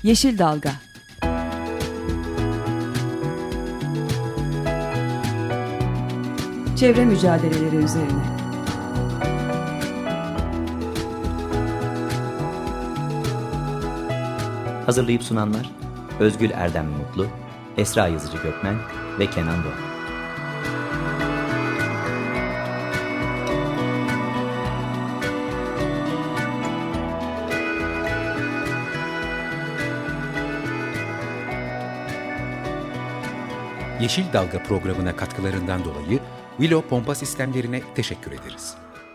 Yeşil Dalga. Çevre mücadeleleri üzerine. Hazırlayıp sunanlar Özgül Erdem Mutlu, Esra Yazıcı Gökmen ve Kenan Doğan. Yeşil Dalga programına katkılarından dolayı Willow Pompa Sistemlerine teşekkür ederiz.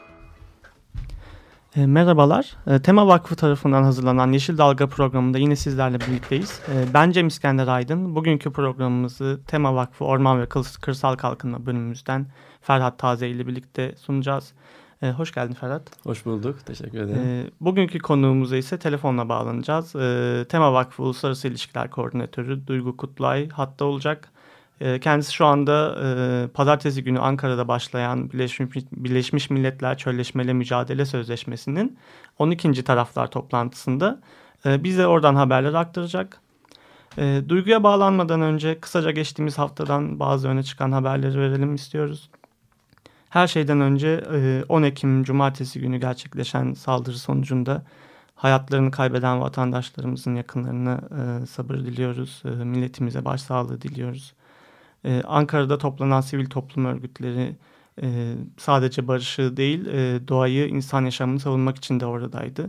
Merhabalar. Tema Vakfı tarafından hazırlanan Yeşil Dalga programında yine sizlerle birlikteyiz. Ben Cem İskender Aydın. Bugünkü programımızı Tema Vakfı Orman ve Kırsal Kalkınma bölümümüzden Ferhat Taze ile birlikte sunacağız. Hoş geldin Ferhat. Hoş bulduk. Teşekkür ederim. Bugünkü konuğumuza ise telefonla bağlanacağız. Tema Vakfı Uluslararası İlişkiler Koordinatörü Duygu Kutlay hatta olacak. Kendisi şu anda pazartesi günü Ankara'da başlayan Birleşmiş Milletler Çölleşmeyle Mücadele Sözleşmesi'nin 12. taraflar toplantısında bize oradan haberler aktaracak. Duygu'ya bağlanmadan önce kısaca geçtiğimiz haftadan bazı öne çıkan haberleri verelim istiyoruz. Her şeyden önce 10 Ekim Cumartesi günü gerçekleşen saldırı sonucunda hayatlarını kaybeden vatandaşlarımızın yakınlarına sabır diliyoruz. Milletimize başsağlığı diliyoruz. Ankara'da toplanan sivil toplum örgütleri sadece barışı değil doğayı, insan yaşamını savunmak için de oradaydı.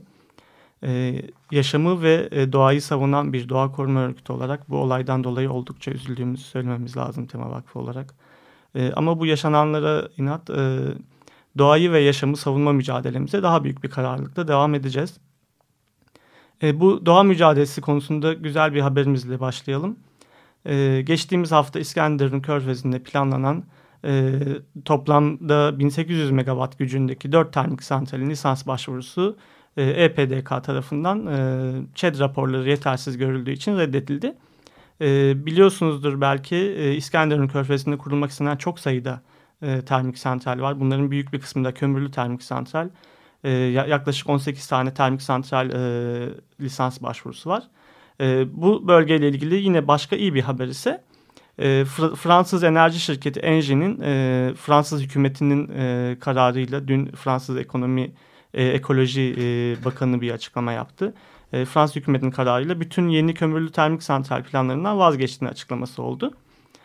Yaşamı ve doğayı savunan bir doğa koruma örgütü olarak bu olaydan dolayı oldukça üzüldüğümüzü söylememiz lazım Tema Vakfı olarak. Ama bu yaşananlara inat doğayı ve yaşamı savunma mücadelemize daha büyük bir kararlılıkla devam edeceğiz. Bu doğa mücadelesi konusunda güzel bir haberimizle başlayalım. Geçtiğimiz hafta İskenderun Körfezi'nde planlanan toplamda 1800 megawatt gücündeki 4 termik santralin lisans başvurusu EPDK tarafından ÇED raporları yetersiz görüldüğü için reddedildi. Biliyorsunuzdur belki İskenderun Körfezi'nde kurulmak istenen çok sayıda termik santral var. Bunların büyük bir kısmı da kömürlü termik santral. Yaklaşık 18 tane termik santral lisans başvurusu var. Bu bölgeyle ilgili yine başka iyi bir haber ise Fransız enerji şirketi Engie Fransız hükümetinin kararıyla dün Fransız Ekoloji Bakanı bir açıklama yaptı. Fransız hükümetinin kararıyla bütün yeni kömürlü termik santral planlarından vazgeçtiğini açıklaması oldu.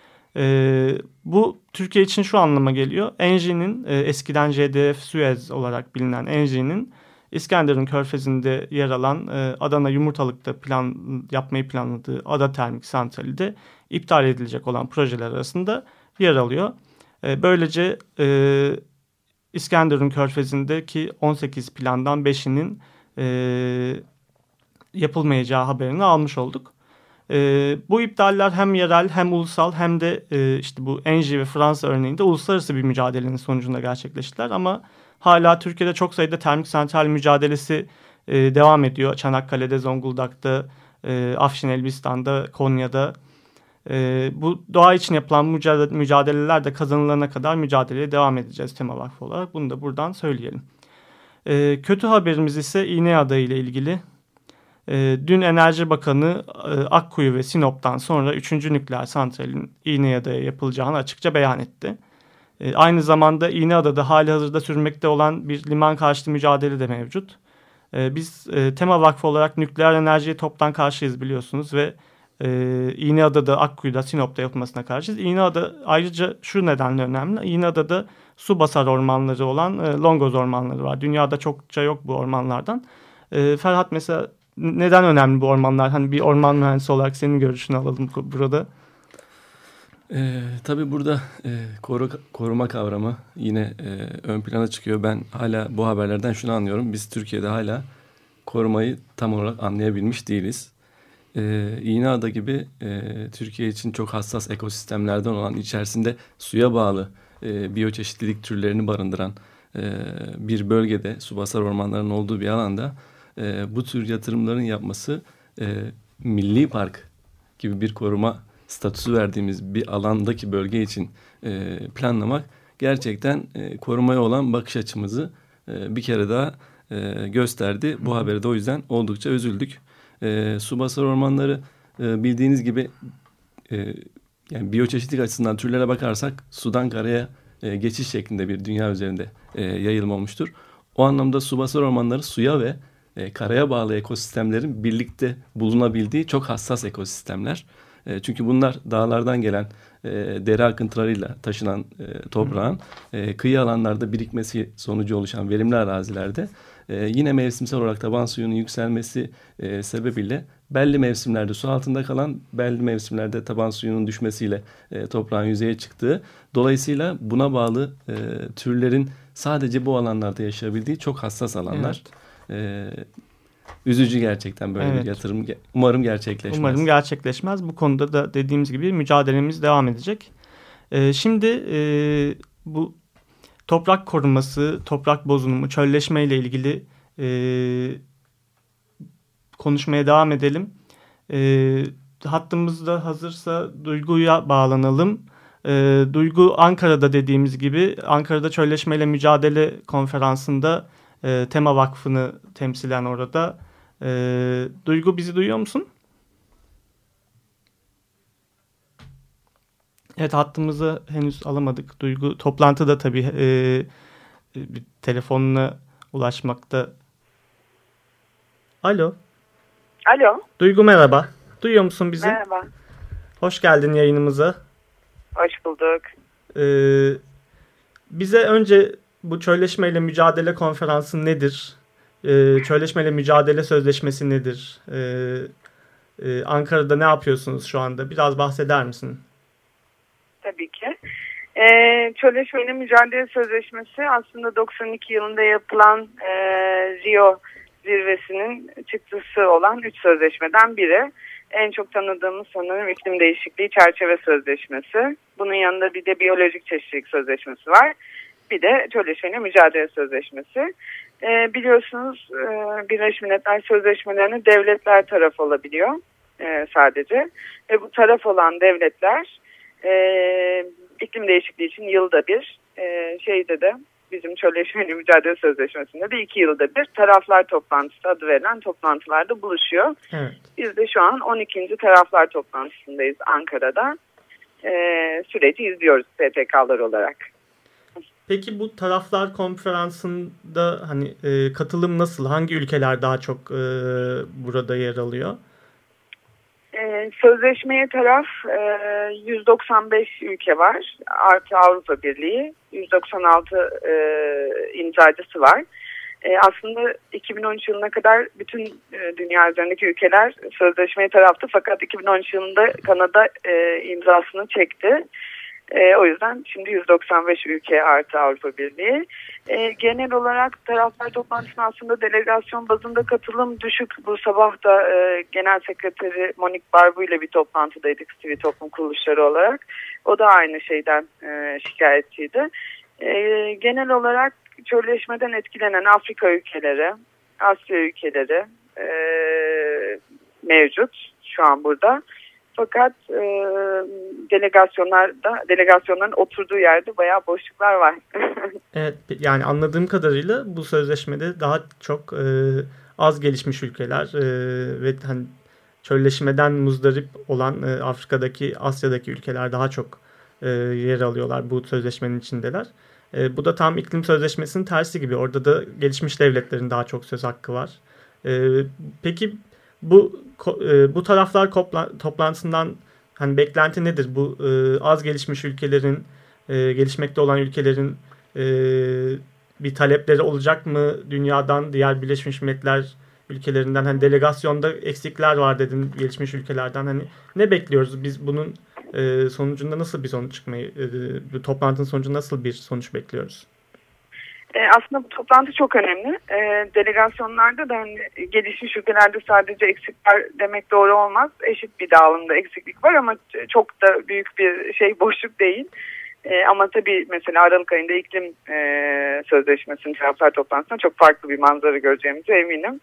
Bu Türkiye için şu anlama geliyor. Engie'nin eskiden JDF Suez olarak bilinen Engie'nin İskenderun Körfezi'nde yer alan Adana Yumurtalık'ta yapmayı planladığı Ada Termik Santrali de iptal edilecek olan projeler arasında yer alıyor. Böylece İskenderun Körfezi'ndeki 18 plandan 5'inin yapılmayacağı haberini almış olduk. Bu iptaller hem yerel hem ulusal hem de işte bu Engie ve Fransa örneğinde uluslararası bir mücadelenin sonucunda gerçekleştiler ama hala Türkiye'de çok sayıda termik santral mücadelesi devam ediyor. Çanakkale'de, Zonguldak'ta, Afşin Elbistan'da, Konya'da. Bu doğa için yapılan mücadeleler de kazanılana kadar mücadeleye devam edeceğiz Tema Vakfı olarak. Bunu da buradan söyleyelim. Kötü haberimiz ise İğneada ile ilgili. Dün Enerji Bakanı Akkuyu ve Sinop'tan sonra 3. nükleer santralin İğneada'ya yapılacağını açıkça beyan etti. Aynı zamanda İğneada'da halihazırda sürmekte olan bir liman karşıtı mücadele de mevcut. Biz Tema Vakfı olarak nükleer enerjiye toptan karşıyız biliyorsunuz ve İğneada'da, Akkuyu'da, Sinop'ta yapılmasına karşıyız. İğneada ayrıca şu nedenle önemli. İğneada'da su basar ormanları olan Longoz ormanları var. Dünyada çokça yok bu ormanlardan. Ferhat mesela neden önemli bu ormanlar? Hani bir orman mühendisi olarak senin görüşünü alalım burada. Tabii burada koruma kavramı yine ön plana çıkıyor. Ben hala bu haberlerden şunu anlıyorum. Biz Türkiye'de hala korumayı tam olarak anlayabilmiş değiliz. İğneada gibi Türkiye için çok hassas ekosistemlerden olan, içerisinde suya bağlı biyoçeşitlilik türlerini barındıran bir bölgede, subasar ormanların olduğu bir alanda bu tür yatırımların yapması milli park gibi bir koruma statüsü verdiğimiz bir alandaki bölge için planlamak gerçekten korumaya olan bakış açımızı bir kere daha gösterdi. Bu haberi de o yüzden oldukça üzüldük. Subasar ormanları bildiğiniz gibi yani biyoçeşitlilik açısından türlere bakarsak sudan karaya geçiş şeklinde bir dünya üzerinde yayılım olmuştur. O anlamda subasar ormanları suya ve karaya bağlı ekosistemlerin birlikte bulunabildiği çok hassas ekosistemler. Çünkü bunlar dağlardan gelen dere akıntılarıyla taşınan toprağın kıyı alanlarda birikmesi sonucu oluşan verimli arazilerde yine mevsimsel olarak taban suyunun yükselmesi sebebiyle belli mevsimlerde su altında kalan, belli mevsimlerde taban suyunun düşmesiyle toprağın yüzeye çıktığı. Dolayısıyla buna bağlı türlerin sadece bu alanlarda yaşayabildiği çok hassas alanlar. Evet. Üzücü gerçekten böyle bir yatırım. Umarım gerçekleşmez. Umarım gerçekleşmez. Bu konuda da dediğimiz gibi mücadelemiz devam edecek. Şimdi bu toprak koruması, toprak bozunumu, çölleşme ile ilgili konuşmaya devam edelim. Hattımızda hazırsa Duygu'ya bağlanalım. Duygu Ankara'da dediğimiz gibi Ankara'da Çölleşme ile Mücadele Konferansı'nda Tema Vakfı'nı temsilen orada. Duygu bizi duyuyor musun? Evet, hattımızı henüz alamadık. Duygu toplantıda tabii bir telefonuna ulaşmakta. Alo. Alo. Duygu merhaba. Duyuyor musun bizi? Merhaba. Hoş geldin yayınımıza. Hoş bulduk. Bize önce bu Çölleşme ile Mücadele Konferansı nedir? Çölleşme ile Mücadele Sözleşmesi nedir? Ankara'da ne yapıyorsunuz şu anda? Biraz bahseder misin? Tabii ki. Çölleşme ile Mücadele Sözleşmesi aslında 92 yılında yapılan Rio zirvesinin çıktısı olan 3 sözleşmeden biri. En çok tanıdığımız sanırım iklim değişikliği çerçeve sözleşmesi. Bunun yanında bir de biyolojik çeşitlilik sözleşmesi var. Bir de Çölleşme ile Mücadele Sözleşmesi. Biliyorsunuz Birleşmiş Milletler Sözleşmelerine devletler taraf olabiliyor sadece. Ve bu taraf olan devletler iklim değişikliği için yılda bir, şeyde de bizim Çölleşme ile Mücadele Sözleşmesi'nde de 2 yılda bir taraflar toplantısı adı verilen toplantılarda buluşuyor. Evet. Biz de şu an 12. taraflar toplantısındayız Ankara'da. Süreci izliyoruz STK'lar olarak. Peki bu taraflar konferansında hani katılım nasıl? Hangi ülkeler daha çok burada yer alıyor? Sözleşmeye taraf 195 ülke var. Artı Avrupa Birliği 196 imzacısı var. Aslında 2013 yılına kadar bütün dünya üzerindeki ülkeler sözleşmeye taraftı. Fakat 2013 yılında Kanada imzasını çekti. O yüzden şimdi 195 ülke artı Avrupa Birliği. Genel olarak taraflar toplantısına aslında delegasyon bazında katılım düşük. Bu sabah da Genel Sekreteri Monique Barbu ile bir toplantıdaydık sivil toplum kuruluşları olarak. O da aynı şeyden şikayetçiydi. Genel olarak çölleşmeden etkilenen Afrika ülkeleri, Asya ülkeleri mevcut şu an burada. Fakat delegasyonların oturduğu yerde bayağı boşluklar var. Evet, yani anladığım kadarıyla bu sözleşmede daha çok az gelişmiş ülkeler ve hani çölleşmeden muzdarip olan Afrika'daki, Asya'daki ülkeler daha çok yer alıyorlar, bu sözleşmenin içindeler. Bu da tam iklim sözleşmesinin tersi gibi. Orada da gelişmiş devletlerin daha çok söz hakkı var. Peki bu taraflar toplantısından hani beklenti nedir? Bu az gelişmiş ülkelerin, gelişmekte olan ülkelerin bir talepleri olacak mı dünyadan, diğer Birleşmiş Milletler ülkelerinden? Hani delegasyonda eksikler var dedin gelişmiş ülkelerden. Hani ne bekliyoruz? Biz bunun sonucunda nasıl bir sonuç çıkmayı, bu toplantının sonucunda nasıl bir sonuç bekliyoruz? Aslında bu toplantı çok önemli. Delegasyonlarda da hani gelişmiş ülkelerde sadece eksikler demek doğru olmaz. Eşit bir dağılımda eksiklik var ama çok da büyük bir boşluk değil. Ama tabii mesela Aralık ayında iklim sözleşmesinin taraflar toplantısında çok farklı bir manzara göreceğimize eminim.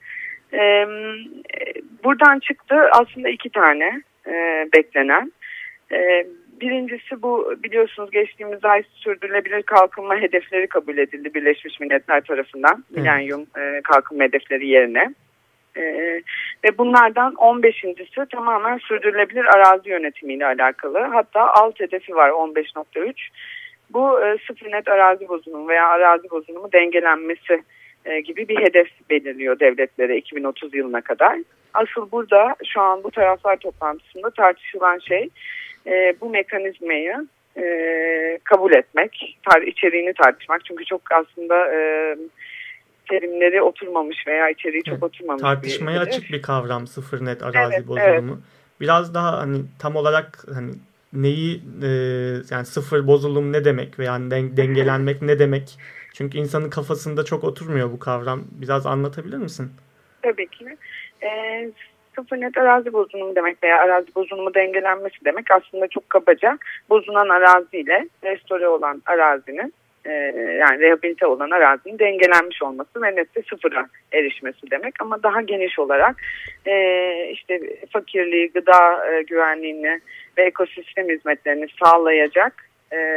Buradan çıktı aslında 2 tane beklenen. Birincisi bu, biliyorsunuz geçtiğimiz ay sürdürülebilir kalkınma hedefleri kabul edildi Birleşmiş Milletler tarafından. Milenyum kalkınma hedefleri yerine. Ve bunlardan 15.'si tamamen sürdürülebilir arazi yönetimiyle alakalı. Hatta alt hedefi var 15.3. Bu sıfır net arazi bozulumu veya arazi bozulumu dengelenmesi gibi bir hedef belirliyor devletlere 2030 yılına kadar. Asıl burada şu an bu taraflar toplantısında tartışılan şey bu mekanizmayı kabul etmek, içeriğini tartışmak. Çünkü çok aslında terimleri oturmamış veya içeriği çok oturmamış. Tartışmaya açık bir kavram sıfır net arazi bozulumu. Evet. Biraz daha hani tam olarak hani neyi yani sıfır bozulum ne demek veya dengelenmek ne demek? Çünkü insanın kafasında çok oturmuyor bu kavram. Biraz anlatabilir misin? Tabii ki. Sıfır net arazi bozulumu demek veya arazi bozulumu dengelenmesi demek aslında çok kabaca bozulan araziyle restore olan arazinin yani rehabilite olan arazinin dengelenmiş olması ve nette sıfıra erişmesi demek. Ama daha geniş olarak işte fakirliği, gıda güvenliğini ve ekosistem hizmetlerini sağlayacak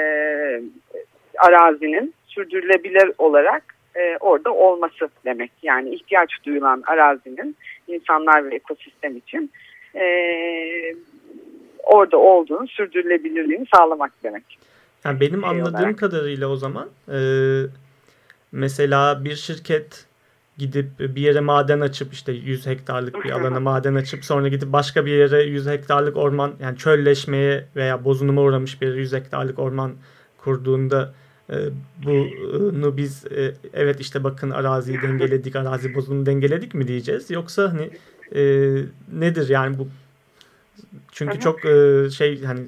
arazinin sürdürülebilir olarak orada olması demek. Yani ihtiyaç duyulan arazinin insanlar ve ekosistem için orada olduğunu, sürdürülebilirliğini sağlamak demek. Yani benim anladığım kadarıyla o zaman mesela bir şirket gidip bir yere maden açıp işte 100 hektarlık bir alana maden açıp sonra gidip başka bir yere 100 hektarlık orman yani çölleşmeye veya bozuluma uğramış bir yere 100 hektarlık orman kurduğunda bunu biz evet işte bakın araziyi dengeledik, arazi bozulumunu dengeledik mi diyeceğiz? Yoksa hani nedir yani bu? Çünkü çok hani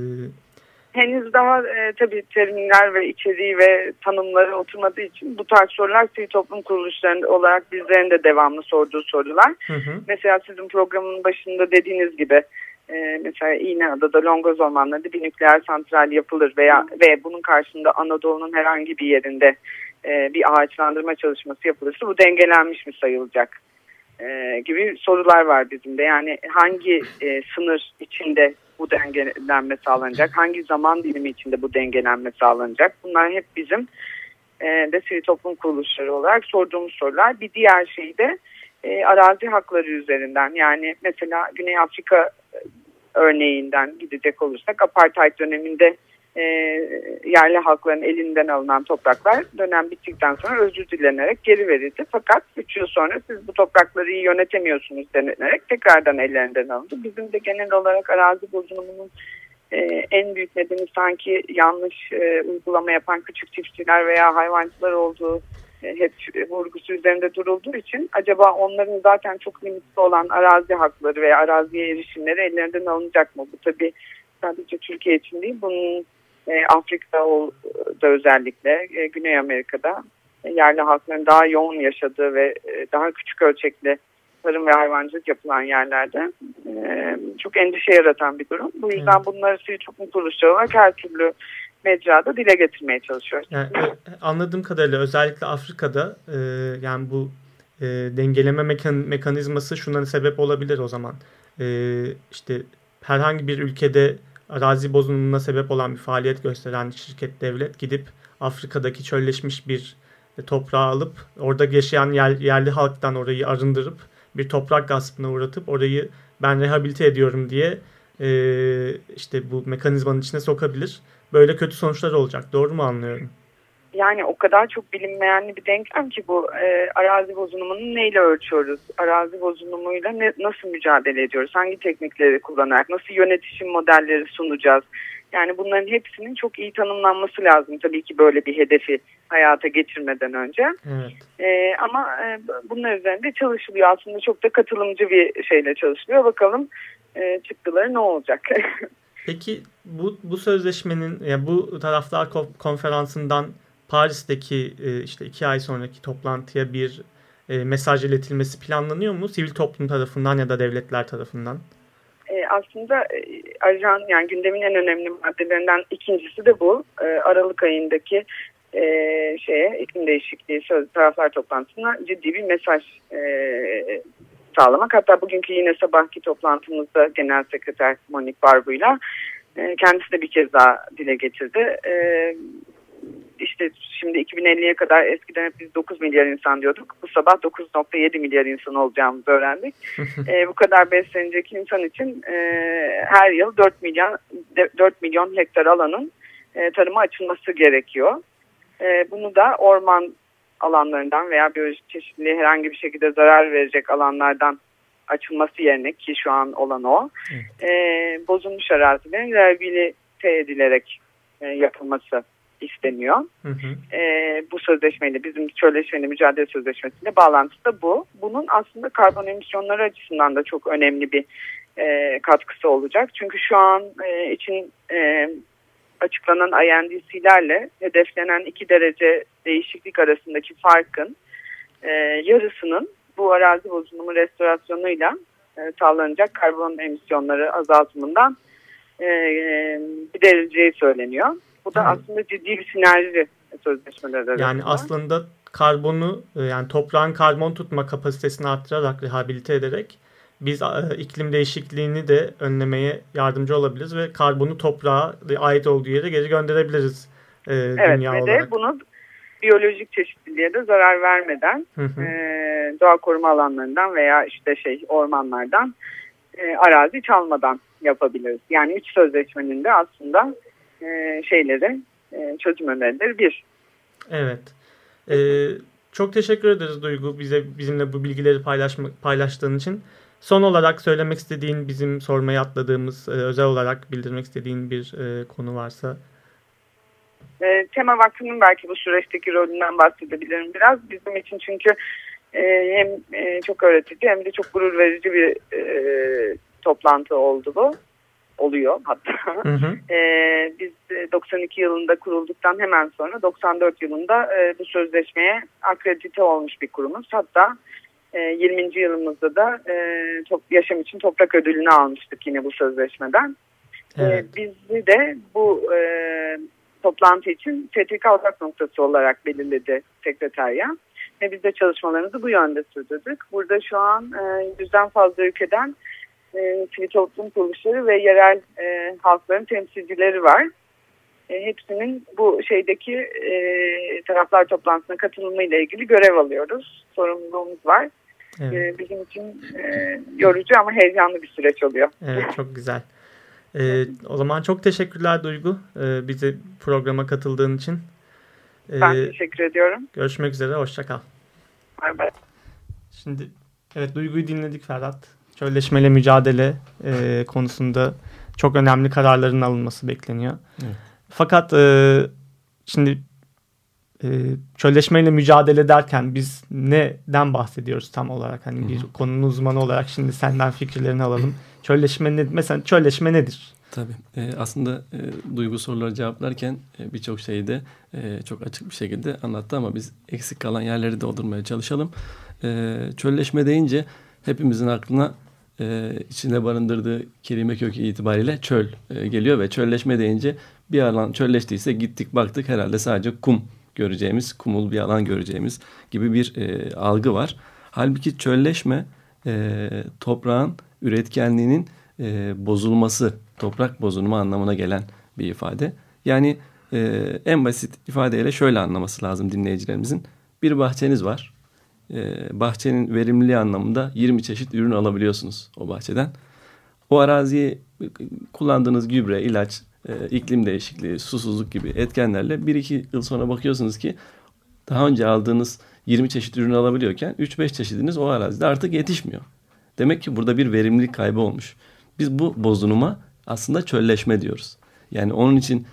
henüz daha tabii terimler ve içeriği ve tanımları oturmadığı için bu tarz sorular sivil toplum kuruluşlarında olarak bizlerin de devamlı sorduğu sorular. Mesela sizin programın başında dediğiniz gibi mesela İğneada'da Longoz Ormanları'nda bir nükleer santral yapılır ve bunun karşısında Anadolu'nun herhangi bir yerinde bir ağaçlandırma çalışması yapılırsa bu dengelenmiş mi sayılacak gibi sorular var bizim de. Yani hangi sınır içinde bu dengelenme sağlanacak, hangi zaman dilimi içinde bu dengelenme sağlanacak? Bunlar hep bizim de sivil toplum kuruluşları olarak sorduğumuz sorular. Bir diğer şey de arazi hakları üzerinden, yani mesela Güney Afrika örneğinden gidecek olursak apartheid döneminde yerli halkların elinden alınan topraklar dönem bittikten sonra özür dilenerek geri verildi. Fakat 3 yıl sonra siz bu toprakları iyi yönetemiyorsunuz denilerek tekrardan ellerinden alındı. Bizim de genel olarak arazi bozulumunun en büyük nedeni sanki yanlış uygulama yapan küçük çiftçiler veya hayvancılar olduğu hep vurgusu üzerinde durulduğu için acaba onların zaten çok limitli olan arazi hakları veya araziye erişimleri ellerinden alınacak mı? Bu tabii sadece Türkiye için değil, bunun Afrika'da özellikle Güney Amerika'da yerli halkların daha yoğun yaşadığı ve daha küçük ölçekli tarım ve hayvancılık yapılan yerlerde çok endişe yaratan bir durum. Bu yüzden bunları sivil toplum kuruluşları olarak her türlü mecrada dile getirmeye çalışıyoruz. Yani, anladığım kadarıyla özellikle Afrika'da yani bu dengeleme mekanizması şuna sebep olabilir o zaman. İşte herhangi bir ülkede arazi bozulumuna sebep olan bir faaliyet gösteren şirket, devlet gidip Afrika'daki çölleşmiş bir toprağı alıp orada yaşayan yerli halktan orayı arındırıp bir toprak gaspına uğratıp orayı ben rehabilite ediyorum diye işte bu mekanizmanın içine sokabilir. Böyle kötü sonuçlar olacak. Doğru mu anlıyorum? Yani o kadar çok bilinmeyenli bir denklem ki bu arazi bozulumunu neyle ölçüyoruz? Arazi bozulumuyla nasıl mücadele ediyoruz? Hangi teknikleri kullanarak? Nasıl yönetişim modelleri sunacağız? Yani bunların hepsinin çok iyi tanımlanması lazım tabii ki böyle bir hedefi hayata geçirmeden önce. Evet. Ama bunlar üzerinde çalışılıyor. Aslında çok da katılımcı bir şeyle çalışılıyor. Bakalım çıktıları ne olacak? Peki bu sözleşmenin yani bu taraflar konferansından Paris'teki işte 2 ay sonraki toplantıya bir mesaj iletilmesi planlanıyor mu? Sivil toplum tarafından ya da devletler tarafından? Aslında ajan yani gündemin en önemli maddelerinden ikincisi de bu. Aralık ayındaki iklim değişikliği taraflar toplantısına ciddi bir mesaj sağlamak. Hatta bugünkü yine sabahki toplantımızda Genel Sekreter Monique Barbu'yla kendisi de bir kez daha dile getirdi. işte şimdi 2050'ye kadar eskiden hep biz 9 milyar insan diyorduk. Bu sabah 9.7 milyar insan olacağımızı öğrendik. Bu kadar beslenecek insan için her yıl 4 milyon hektar alanın tarıma açılması gerekiyor. Bunu da orman alanlarından veya biyolojik çeşitliliğe herhangi bir şekilde zarar verecek alanlardan açılması yerine, ki şu an olan o, bozulmuş arazilerin rehabilite edilerek yapılması isteniyor. Bu sözleşmeyle, bizim çölleşmeyle mücadele sözleşmesiyle bağlantısı da bu. Bunun aslında karbon emisyonları açısından da çok önemli bir katkısı olacak. Çünkü şu an için açıklanan INDC'lerle hedeflenen 2 derece değişiklik arasındaki farkın yarısının bu arazi bozulumu restorasyonuyla sağlanacak karbon emisyonları azaltımından giderileceği söyleniyor. Bu da aslında ciddi bir sinerji sözleşmeler arasında. Yani aslında karbonu, yani toprağın karbon tutma kapasitesini arttırarak, rehabilite ederek biz iklim değişikliğini de önlemeye yardımcı olabiliriz ve karbonu toprağa ait olduğu yere geri gönderebiliriz dünya olarak. Evet, ve de bunu biyolojik çeşitliliğe de zarar vermeden doğa koruma alanlarından veya işte ormanlardan arazi çalmadan yapabiliriz. Yani 3 sözleşmenin de aslında çözüm önerileri bir. Evet. Çok teşekkür ederiz Duygu, bizimle bu bilgileri paylaştığın için. Son olarak söylemek istediğin, bizim sormayı atladığımız, özel olarak bildirmek istediğin bir konu varsa. Tema Vakfı'nın belki bu süreçteki rolünden bahsedebilirim biraz. Bizim için çünkü hem çok öğretici hem de çok gurur verici bir toplantı oldu bu. Oluyor hatta. Biz 92 yılında kurulduktan hemen sonra 94 yılında bu sözleşmeye akredite olmuş bir kurumuz. Hatta 20. yılımızda da yaşam için toprak ödülünü almıştık yine bu sözleşmeden. Evet. Bizi de bu toplantı için STK odak noktası olarak belirledi sekreterya. Ve biz de çalışmalarımızı bu yönde sürdürdük. Burada şu an 100'den fazla ülkeden sivil toplum kuruluşları ve yerel halkların temsilcileri var. Hepsinin bu taraflar toplantısına katılımıyla ilgili görev alıyoruz. Sorumluluğumuz var. Evet. Bizim için yorucu ama heyecanlı bir süreç oluyor. Evet, çok güzel. O zaman çok teşekkürler Duygu, bize programa katıldığın için. Ben teşekkür ediyorum. Görüşmek üzere, hoşça kal. Bay bay. Şimdi evet, Duygu'yu dinledik Ferhat. Çölleşmeyle mücadele konusunda çok önemli kararların alınması bekleniyor. Evet. Fakat şimdi çölleşmeyle mücadele derken biz neden bahsediyoruz tam olarak? Hani bir konunun uzmanı olarak şimdi senden fikirlerini alalım. Mesela çölleşme nedir? Tabii. Aslında Duygu soruları cevaplarken birçok şeyi de çok açık bir şekilde anlattı ama biz eksik kalan yerleri doldurmaya çalışalım. Çölleşme deyince hepimizin aklına içinde barındırdığı kelime kökü itibariyle çöl geliyor ve çölleşme deyince bir alan çölleştiyse gittik baktık herhalde sadece kum göreceğimiz, kumul bir alan göreceğimiz gibi bir algı var. Halbuki çölleşme toprağın üretkenliğinin bozulması, toprak bozulma anlamına gelen bir ifade. Yani en basit ifadeyle şöyle anlaması lazım dinleyicilerimizin. Bir bahçeniz var. Bahçenin verimliliği anlamında 20 çeşit ürün alabiliyorsunuz o bahçeden. O araziyi kullandığınız gübre, ilaç, iklim değişikliği, susuzluk gibi etkenlerle 1-2 yıl sonra bakıyorsunuz ki daha önce aldığınız 20 çeşit ürün alabiliyorken 3-5 çeşidiniz o arazide artık yetişmiyor. Demek ki burada bir verimlilik kaybı olmuş. Biz bu bozuluma aslında çölleşme diyoruz. Yani onun için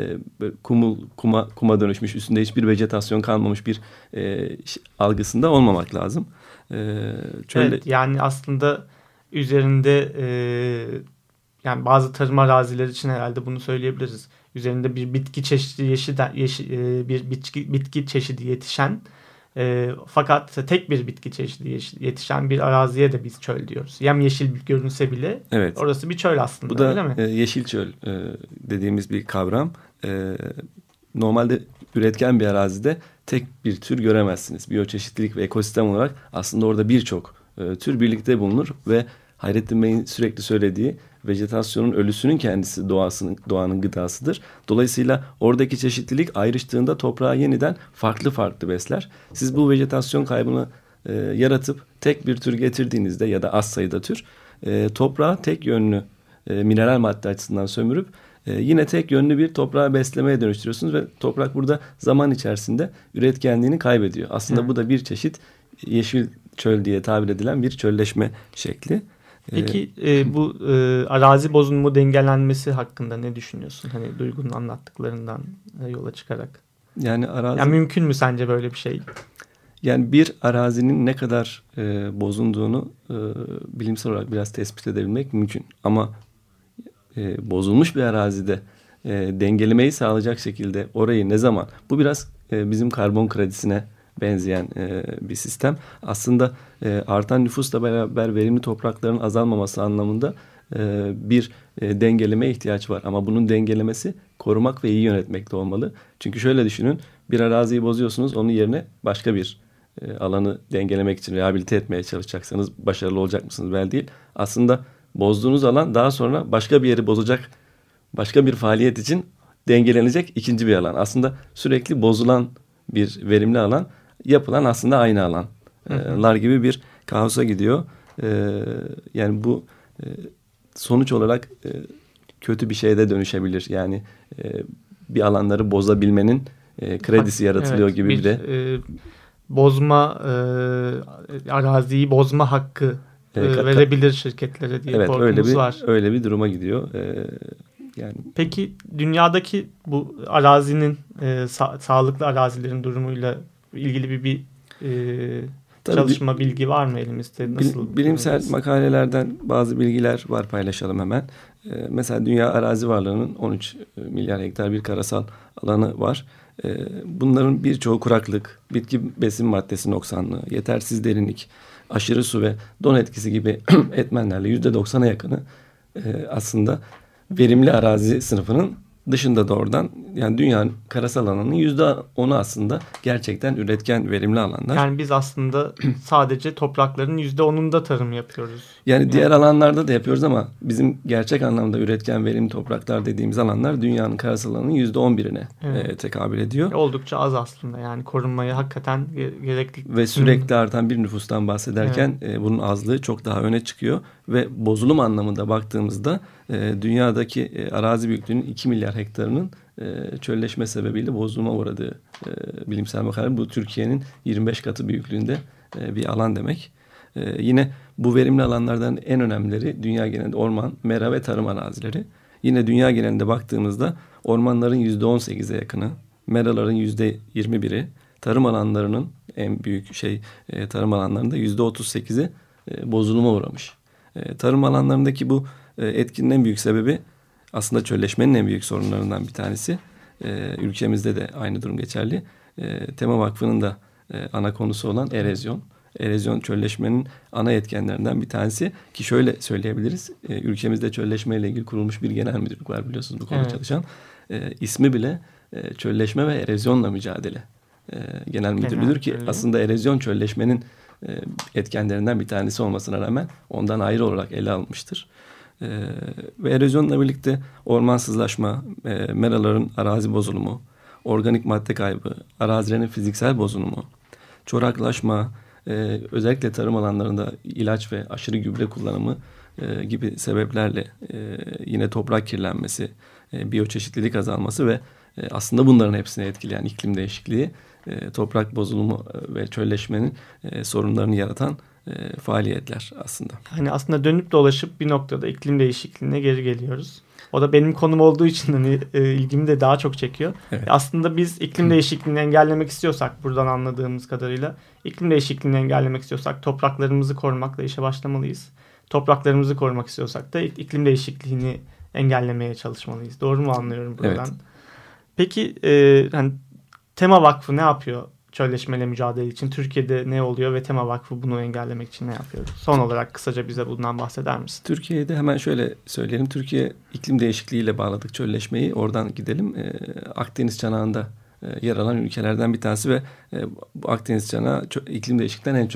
kuma dönüşmüş, üstünde hiçbir vejetasyon kalmamış bir algısında olmamak lazım. Evet, yani aslında üzerinde yani bazı tarım arazileri için herhalde bunu söyleyebiliriz. Üzerinde bir bitki çeşidi yetişen fakat tek bir bitki çeşidi yetişen bir araziye de biz çöl diyoruz. Yemyeşil görünse bile evet, orası bir çöl aslında. Bu da öyle mi? Yeşil çöl dediğimiz bir kavram. Normalde üretken bir arazide tek bir tür göremezsiniz. Biyoçeşitlilik ve ekosistem olarak aslında orada birçok tür birlikte bulunur ve Hayrettin Bey'in sürekli söylediği vejetasyonun ölüsünün kendisi doğanın gıdasıdır. Dolayısıyla oradaki çeşitlilik ayrıştığında toprağı yeniden farklı besler. Siz bu vejetasyon kaybını yaratıp tek bir tür getirdiğinizde ya da az sayıda tür toprağı tek yönlü mineral madde açısından sömürüp yine tek yönlü bir toprağı beslemeye dönüştürüyorsunuz ve toprak burada zaman içerisinde üretkenliğini kaybediyor. Aslında bu da bir çeşit yeşil çöl diye tabir edilen bir çölleşme şekli. Peki bu arazi bozulma dengelenmesi hakkında ne düşünüyorsun? Hani Duygu'nun anlattıklarından yola çıkarak. Yani mümkün mü sence böyle bir şey? Yani bir arazinin ne kadar bozulduğunu bilimsel olarak biraz tespit edebilmek mümkün. Ama bozulmuş bir arazide dengelemeyi sağlayacak şekilde orayı ne zaman... Bu biraz bizim karbon kredisine benzeyen bir sistem. Aslında artan nüfusla beraber verimli toprakların azalmaması anlamında bir dengelemeye ihtiyaç var. Ama bunun dengelemesi korumak ve iyi yönetmekte olmalı. Çünkü şöyle düşünün, bir araziyi bozuyorsunuz, onun yerine başka bir alanı dengelemek için rehabilite etmeye çalışacaksanız başarılı olacak mısınız belli değil. Aslında bozduğunuz alan daha sonra başka bir yeri bozacak, başka bir faaliyet için dengelenecek ikinci bir alan. Aslında sürekli bozulan bir verimli alan, yapılan aslında aynı alanlar gibi bir kaosa gidiyor. Yani bu sonuç olarak kötü bir şeye de dönüşebilir. Yani bir alanları bozabilmenin kredisi yaratılıyor gibi bir de. Araziyi bozma hakkı verebilir şirketlere diye korkumuz var. Öyle bir duruma gidiyor. Yani. Peki dünyadaki bu arazinin sağlıklı arazilerin durumuyla ilgili bir çalışma bilgi var mı elimizde? Nasıl bilimsel makalelerden bazı bilgiler var, paylaşalım hemen. Mesela dünya arazi varlığının 13 milyar hektar bir karasal alanı var. Bunların birçoğu kuraklık, bitki besin maddesi noksanlığı, yetersiz derinlik, aşırı su ve don etkisi gibi etmenlerle %90'a yakını aslında verimli arazi sınıfının dışında doğrudan. Yani dünyanın karasal alanının %10'u aslında gerçekten üretken, verimli alanlar. Yani biz aslında sadece toprakların %10'unda tarım yapıyoruz. Yani diğer alanlarda da yapıyoruz ama bizim gerçek anlamda üretken, verimli topraklar dediğimiz alanlar dünyanın karasal alanının %11'ine tekabül ediyor. Oldukça az aslında, yani korunmaya hakikaten gerekli. Ve sürekli artan bir nüfustan bahsederken bunun azlığı çok daha öne çıkıyor. Ve bozulum anlamında baktığımızda dünyadaki arazi büyüklüğünün 2 milyar hektarının çölleşme sebebiyle bozulma uğradığı bilimsel makale. Bu Türkiye'nin 25 katı büyüklüğünde bir alan demek. Yine bu verimli alanlardan en önemlileri dünya genelinde orman, mera ve tarım arazileri. Yine dünya genelinde baktığımızda ormanların %18'e yakını, meraların %21'i, tarım alanlarının en büyük tarım alanlarında %38'i bozuluma uğramış. Tarım alanlarındaki bu etkinin en büyük sebebi aslında çölleşmenin en büyük sorunlarından bir tanesi. Ülkemizde de aynı durum geçerli. Tema Vakfı'nın da ana konusu olan erozyon. Erozyon çölleşmenin ana etkenlerinden bir tanesi ki şöyle söyleyebiliriz. Ülkemizde çölleşmeyle ilgili kurulmuş bir genel müdürlük var, biliyorsunuz bu konuda çalışan. İsmi bile çölleşme ve erozyonla mücadele genel müdürlüğüdür ki aslında erozyon çölleşmenin etkenlerinden bir tanesi olmasına rağmen ondan ayrı olarak ele alınmıştır. Ve erozyonla birlikte ormansızlaşma, meraların arazi bozulumu, organik madde kaybı, arazilerin fiziksel bozulumu, çoraklaşma, özellikle tarım alanlarında ilaç ve aşırı gübre kullanımı gibi sebeplerle yine toprak kirlenmesi, biyoçeşitlilik azalması ve aslında bunların hepsini etkileyen iklim değişikliği, toprak bozulumu ve çölleşmenin sorunlarını yaratan faaliyetler aslında. Hani aslında dönüp dolaşıp bir noktada iklim değişikliğine geri geliyoruz. O da benim konum olduğu için hani ilgimi de daha çok çekiyor. Evet. Aslında biz iklim değişikliğini engellemek istiyorsak, buradan anladığımız kadarıyla iklim değişikliğini engellemek istiyorsak topraklarımızı korumakla işe başlamalıyız. Topraklarımızı korumak istiyorsak da iklim değişikliğini engellemeye çalışmalıyız. Doğru mu anlıyorum buradan? Evet. Peki hani Tema Vakfı ne yapıyor çölleşmeyle mücadele için? Türkiye'de ne oluyor ve Tema Vakfı bunu engellemek için ne yapıyor? Son olarak kısaca bize bundan bahseder misin? Türkiye'de hemen şöyle söyleyelim. Türkiye iklim değişikliğiyle bağladık çölleşmeyi. Oradan gidelim. Akdeniz çanağında yer alan ülkelerden bir tanesi ve bu Akdeniz çanağı iklim değişikliğinden en çok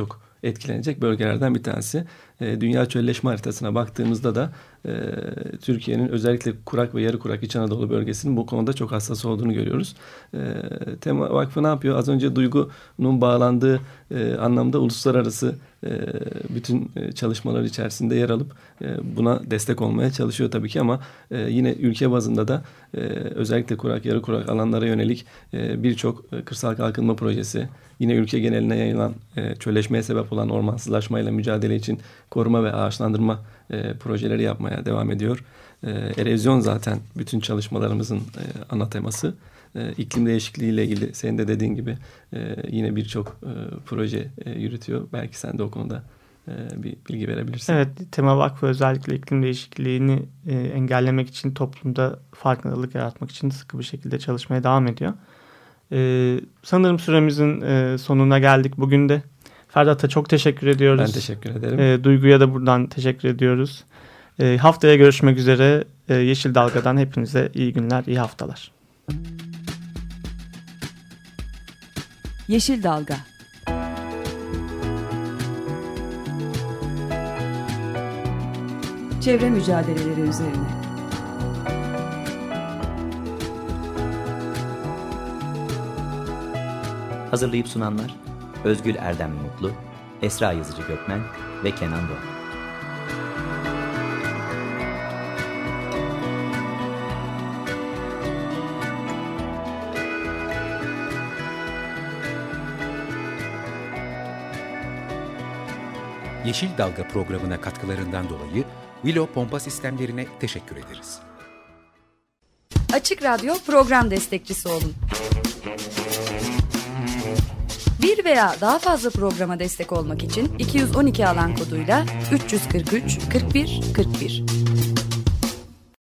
etkilenecek bölgelerden bir tanesi. Dünya çölleşme haritasına baktığımızda da Türkiye'nin özellikle kurak ve yarı kurak İç Anadolu bölgesinin bu konuda çok hassas olduğunu görüyoruz. Tema Vakfı ne yapıyor? Az önce Duygu'nun bağlandığı anlamda uluslararası bütün çalışmalar içerisinde yer alıp buna destek olmaya çalışıyor tabii ki, ama yine ülke bazında da özellikle kurak, yarı kurak alanlara yönelik birçok kırsal kalkınma projesi, yine ülke geneline yayılan çölleşmeye sebep olan ormansızlaşmayla mücadele için koruma ve ağaçlandırma projeleri yapmaya devam ediyor. Erozyon zaten bütün çalışmalarımızın ana teması. İklim değişikliği ile ilgili senin de dediğin gibi yine birçok proje yürütüyor. Belki sen de o konuda bir bilgi verebilirsin. Evet, Tema Vakfı özellikle iklim değişikliğini engellemek için, toplumda farkındalık yaratmak için sıkı bir şekilde çalışmaya devam ediyor. Sanırım süremizin sonuna geldik bugün de. Ferdat'a çok teşekkür ediyoruz. Ben teşekkür ederim. Duygu'ya da buradan teşekkür ediyoruz. Haftaya görüşmek üzere. Yeşil Dalga'dan hepinize iyi günler, iyi haftalar. Yeşil Dalga. Çevre mücadeleleri üzerine. Hazırlayıp sunanlar Özgül Erdem Mutlu, Esra Yazıcı Gökmen ve Kenan Doğan. Yeşil Dalga programına katkılarından dolayı Willow Pompa Sistemlerine teşekkür ederiz. Açık Radyo program destekçisi olun. Bir veya daha fazla programa destek olmak için 212 alan koduyla 343 41 41.